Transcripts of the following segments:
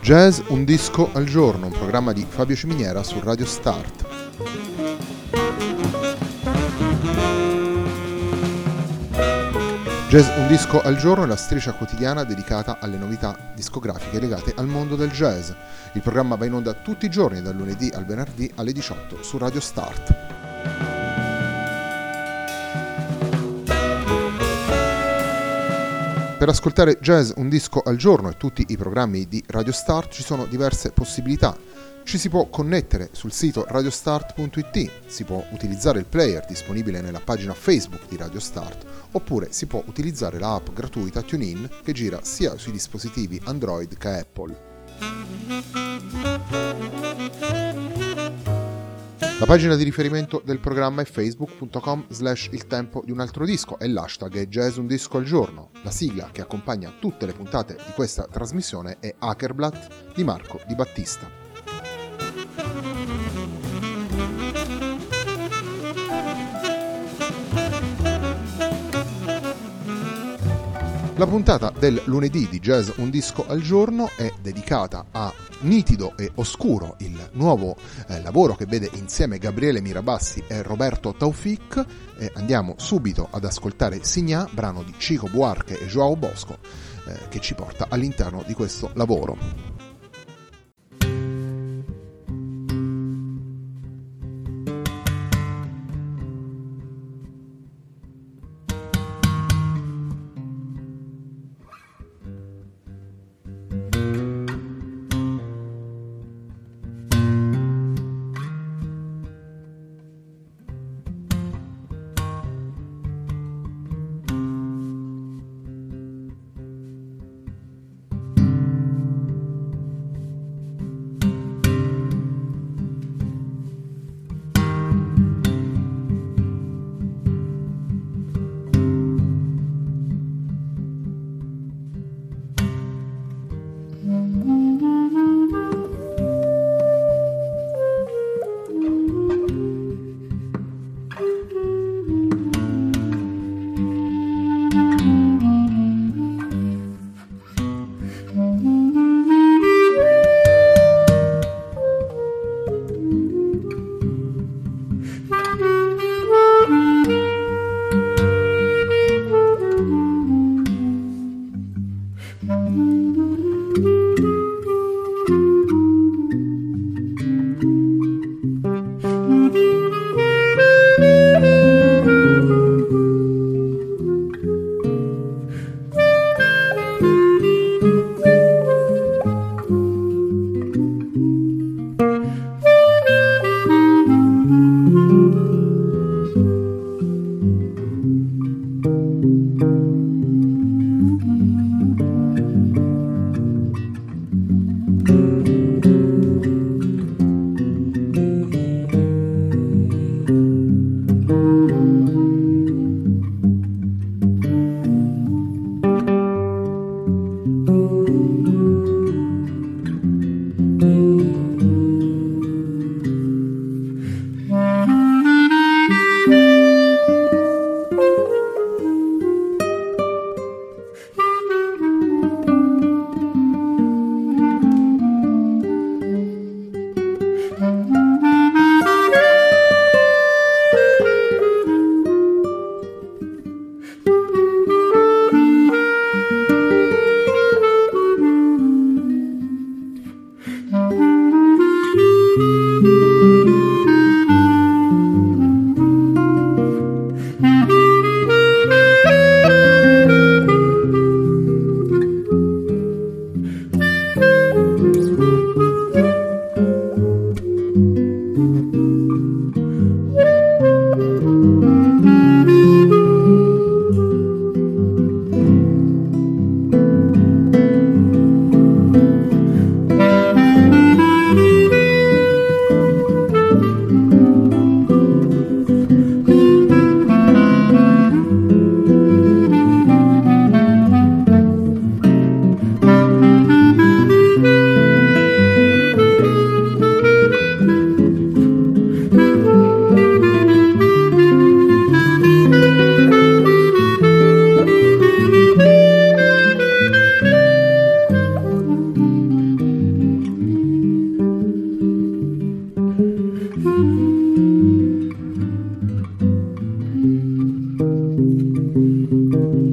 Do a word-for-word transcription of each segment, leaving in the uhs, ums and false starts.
Jazz un disco al giorno, un programma di Fabio Ciminiera su Radio Start. Jazz un disco al giorno è la striscia quotidiana dedicata alle novità discografiche legate al mondo del jazz. Il programma va in onda tutti i giorni dal lunedì al venerdì alle diciotto su Radio Start. Per ascoltare Jazz un disco al giorno e tutti i programmi di Radio Start ci sono diverse possibilità. Ci si può connettere sul sito radiostart punto it, si può utilizzare il player disponibile nella pagina Facebook di Radio Start, oppure si può utilizzare la app gratuita TuneIn che gira sia sui dispositivi Android che Apple. La pagina di riferimento del programma è facebook punto com slash il tempo di un altro disco e l'hashtag è Jazz un disco al giorno. La sigla che accompagna tutte le puntate di questa trasmissione è Hackerblatt di Marco Di Battista. La puntata del lunedì di Jazz un disco al giorno è dedicata a Nitido e Oscuro, il nuovo eh, lavoro che vede insieme Gabriele Mirabassi e Roberto Taufik, e andiamo subito ad ascoltare Signa, brano di Chico Buarque e João Bosco, eh, che ci porta all'interno di questo lavoro.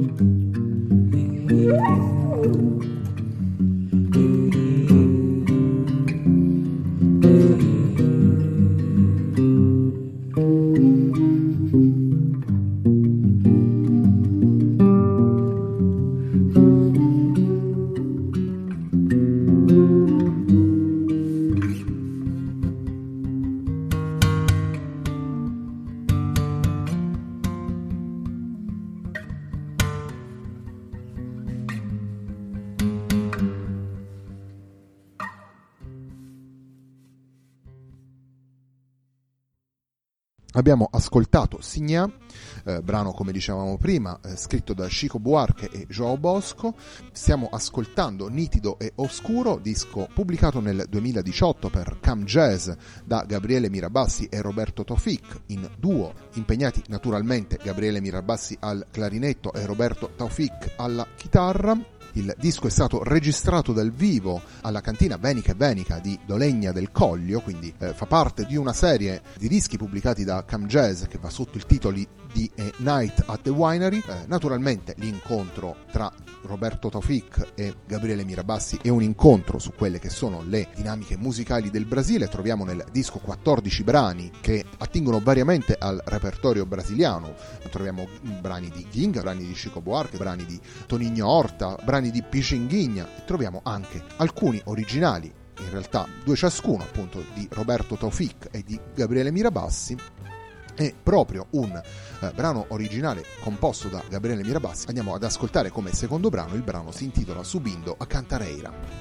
Abbiamo ascoltato Signa, eh, brano come dicevamo prima, eh, scritto da Chico Buarque e João Bosco. Stiamo ascoltando Nitido e Oscuro, disco pubblicato nel duemiladiciotto per Cam Jazz da Gabriele Mirabassi e Roberto Taufik in duo, impegnati naturalmente Gabriele Mirabassi al clarinetto e Roberto Taufik alla chitarra. Il disco è stato registrato dal vivo alla cantina Venica e Venica di Dolegna del Coglio, quindi eh, fa parte di una serie di dischi pubblicati da Cam Jazz che va sotto il titolo di A Night at the Winery. Eh, naturalmente l'incontro tra Roberto Taufik e Gabriele Mirabassi è un incontro su quelle che sono le dinamiche musicali del Brasile. Troviamo nel disco quattordici brani che attingono variamente al repertorio brasiliano. Troviamo brani di Ginga, brani di Chico Buarque, brani di Toninho Horta, brani di Pixinguinha, e troviamo anche alcuni originali, in realtà due ciascuno, appunto di Roberto Taufik e di Gabriele Mirabassi. E proprio un eh, brano originale composto da Gabriele Mirabassi andiamo ad ascoltare come secondo brano. Il brano si intitola Subindo a Cantareira.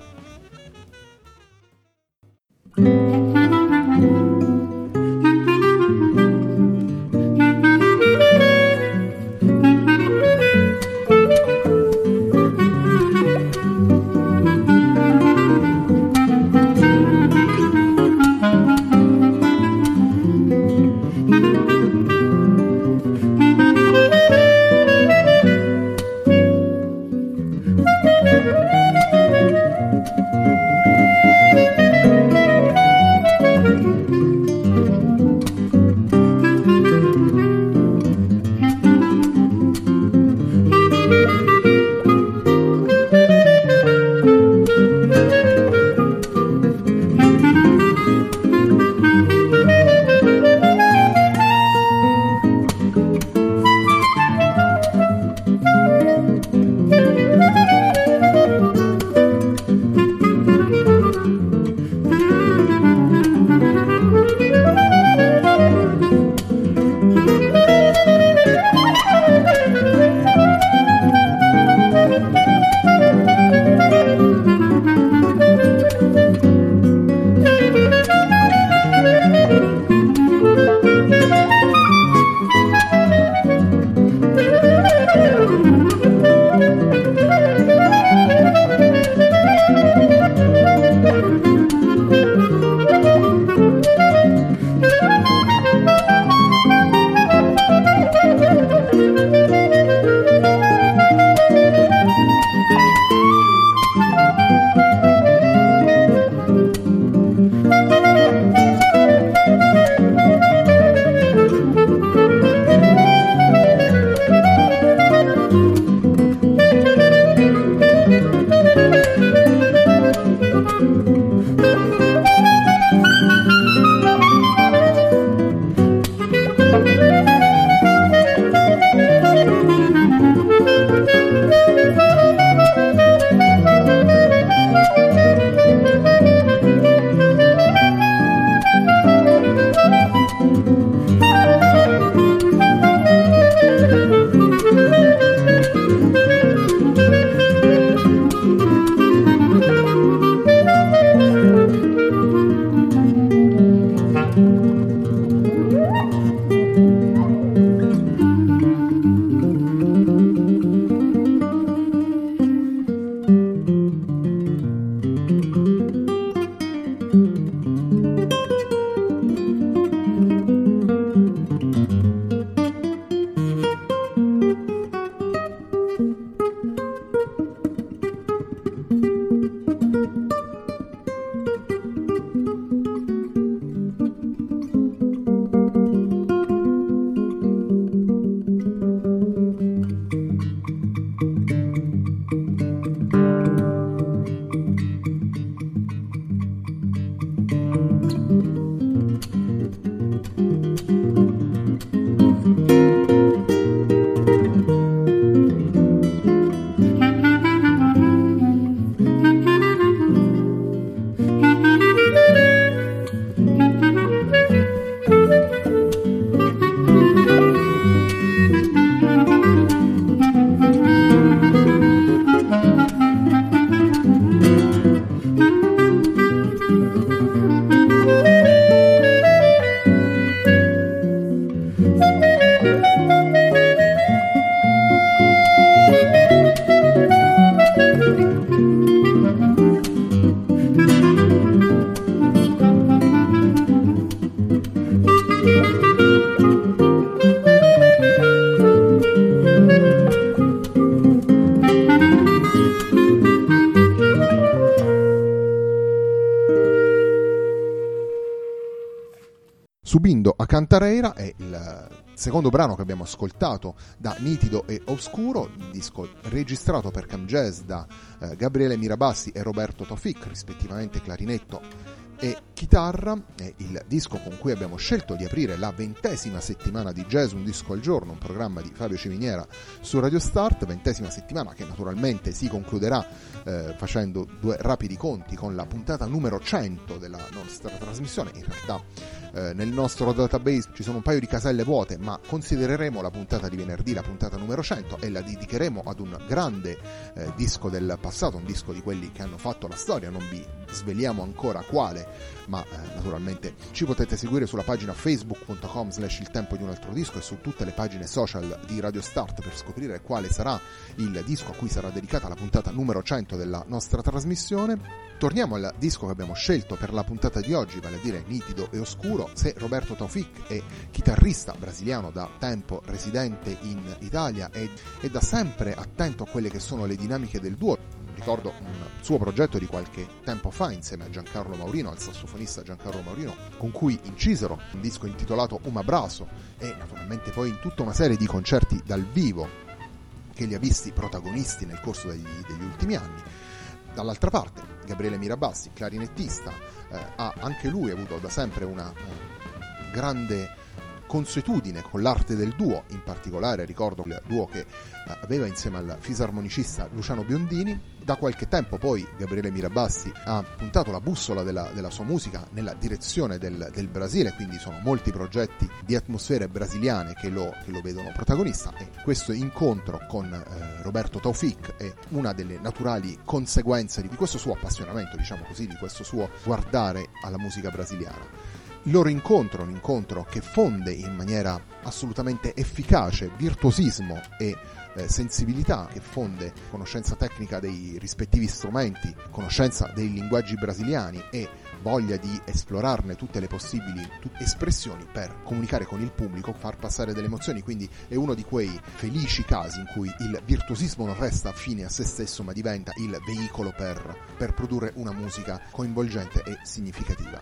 Subindo a Cantareira è il secondo brano che abbiamo ascoltato da Nitido e Oscuro, il disco registrato per Cam Jazz da eh, Gabriele Mirabassi e Roberto Tofik, rispettivamente clarinetto e chitarra. È il disco con cui abbiamo scelto di aprire la ventesima settimana di Jazz Un Disco al Giorno, un programma di Fabio Ciminiera su Radio Start, ventesima settimana che naturalmente si concluderà eh, facendo due rapidi conti con la puntata numero cento della nostra trasmissione. In realtà eh, nel nostro database ci sono un paio di caselle vuote, ma considereremo la puntata di venerdì la puntata numero cento e la dedicheremo ad un grande eh, disco del passato, un disco di quelli che hanno fatto la storia. Non vi sveliamo ancora quale, ma eh, naturalmente ci potete seguire sulla pagina facebook punto com slash il tempo di un altro disco e su tutte le pagine social di Radio Start per scoprire quale sarà il disco a cui sarà dedicata la puntata numero cento della nostra trasmissione. Torniamo al disco che abbiamo scelto per la puntata di oggi, vale a dire Nitido e Oscuro. Se Roberto Tofik è chitarrista brasiliano da tempo residente in Italia e, e da sempre attento a quelle che sono le dinamiche del duo, ricordo un suo progetto di qualche tempo fa insieme a Giancarlo Maurino, al sassofonista Giancarlo Maurino, con cui incisero un disco intitolato Un Abrazo e naturalmente poi in tutta una serie di concerti dal vivo che li ha visti protagonisti nel corso degli, degli ultimi anni. Dall'altra parte Gabriele Mirabassi, clarinettista, eh, ha anche lui avuto da sempre una eh, grande consuetudine con l'arte del duo, in particolare ricordo il duo che aveva insieme al fisarmonicista Luciano Biondini. Da qualche tempo poi Gabriele Mirabassi ha puntato la bussola della, della sua musica nella direzione del, del Brasile, quindi sono molti progetti di atmosfere brasiliane che lo, che lo vedono protagonista, e questo incontro con eh, Roberto Tofik è una delle naturali conseguenze di questo suo appassionamento, diciamo così, di questo suo guardare alla musica brasiliana. Il loro incontro è un incontro che fonde in maniera assolutamente efficace virtuosismo e eh, sensibilità, che fonde conoscenza tecnica dei rispettivi strumenti, conoscenza dei linguaggi brasiliani e voglia di esplorarne tutte le possibili tutte espressioni per comunicare con il pubblico, far passare delle emozioni. Quindi è uno di quei felici casi in cui il virtuosismo non resta fine a se stesso, ma diventa il veicolo per, per produrre una musica coinvolgente e significativa.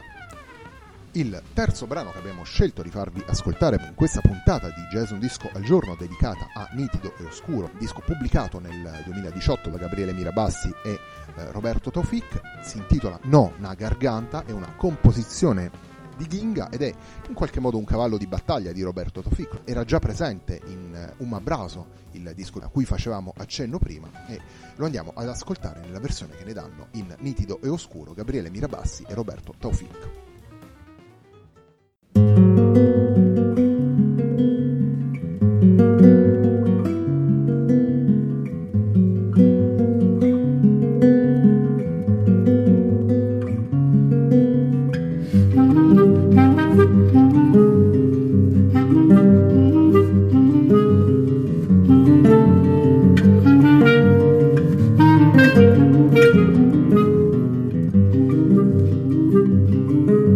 Il terzo brano che abbiamo scelto di farvi ascoltare in questa puntata di Jazz Un Disco al Giorno, dedicata a Nitido e Oscuro, disco pubblicato nel duemiladiciotto da Gabriele Mirabassi e eh, Roberto Tofik, si intitola No na Garganta, è una composizione di Ginga ed è in qualche modo un cavallo di battaglia di Roberto Tofik. Era già presente in uh, Un Abrazo, il disco a cui facevamo accenno prima, e lo andiamo ad ascoltare nella versione che ne danno in Nitido e Oscuro Gabriele Mirabassi e Roberto Tofik. Thank you.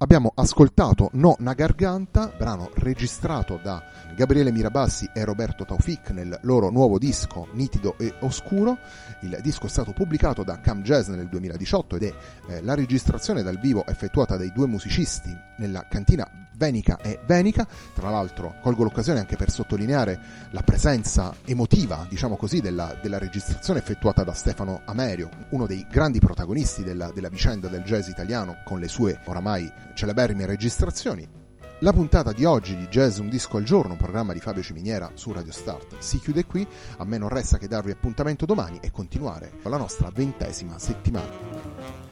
Abbiamo ascoltato No na garganta, brano registrato da Gabriele Mirabassi e Roberto Taufik nel loro nuovo disco Nitido e Oscuro. Il disco è stato pubblicato da Cam Jazz nel duemiladiciotto ed è eh, la registrazione dal vivo effettuata dai due musicisti nella cantina Venica e Venica. Tra l'altro colgo l'occasione anche per sottolineare la presenza emotiva, diciamo così, della, della registrazione effettuata da Stefano Amerio, uno dei grandi protagonisti della, della vicenda del jazz italiano, con le sue oramai celeberrime registrazioni. La puntata di oggi di Jazz Un Disco al Giorno, un programma di Fabio Ciminiera su Radio Start, si chiude qui. A me non resta che darvi appuntamento domani e continuare con la nostra ventesima settimana.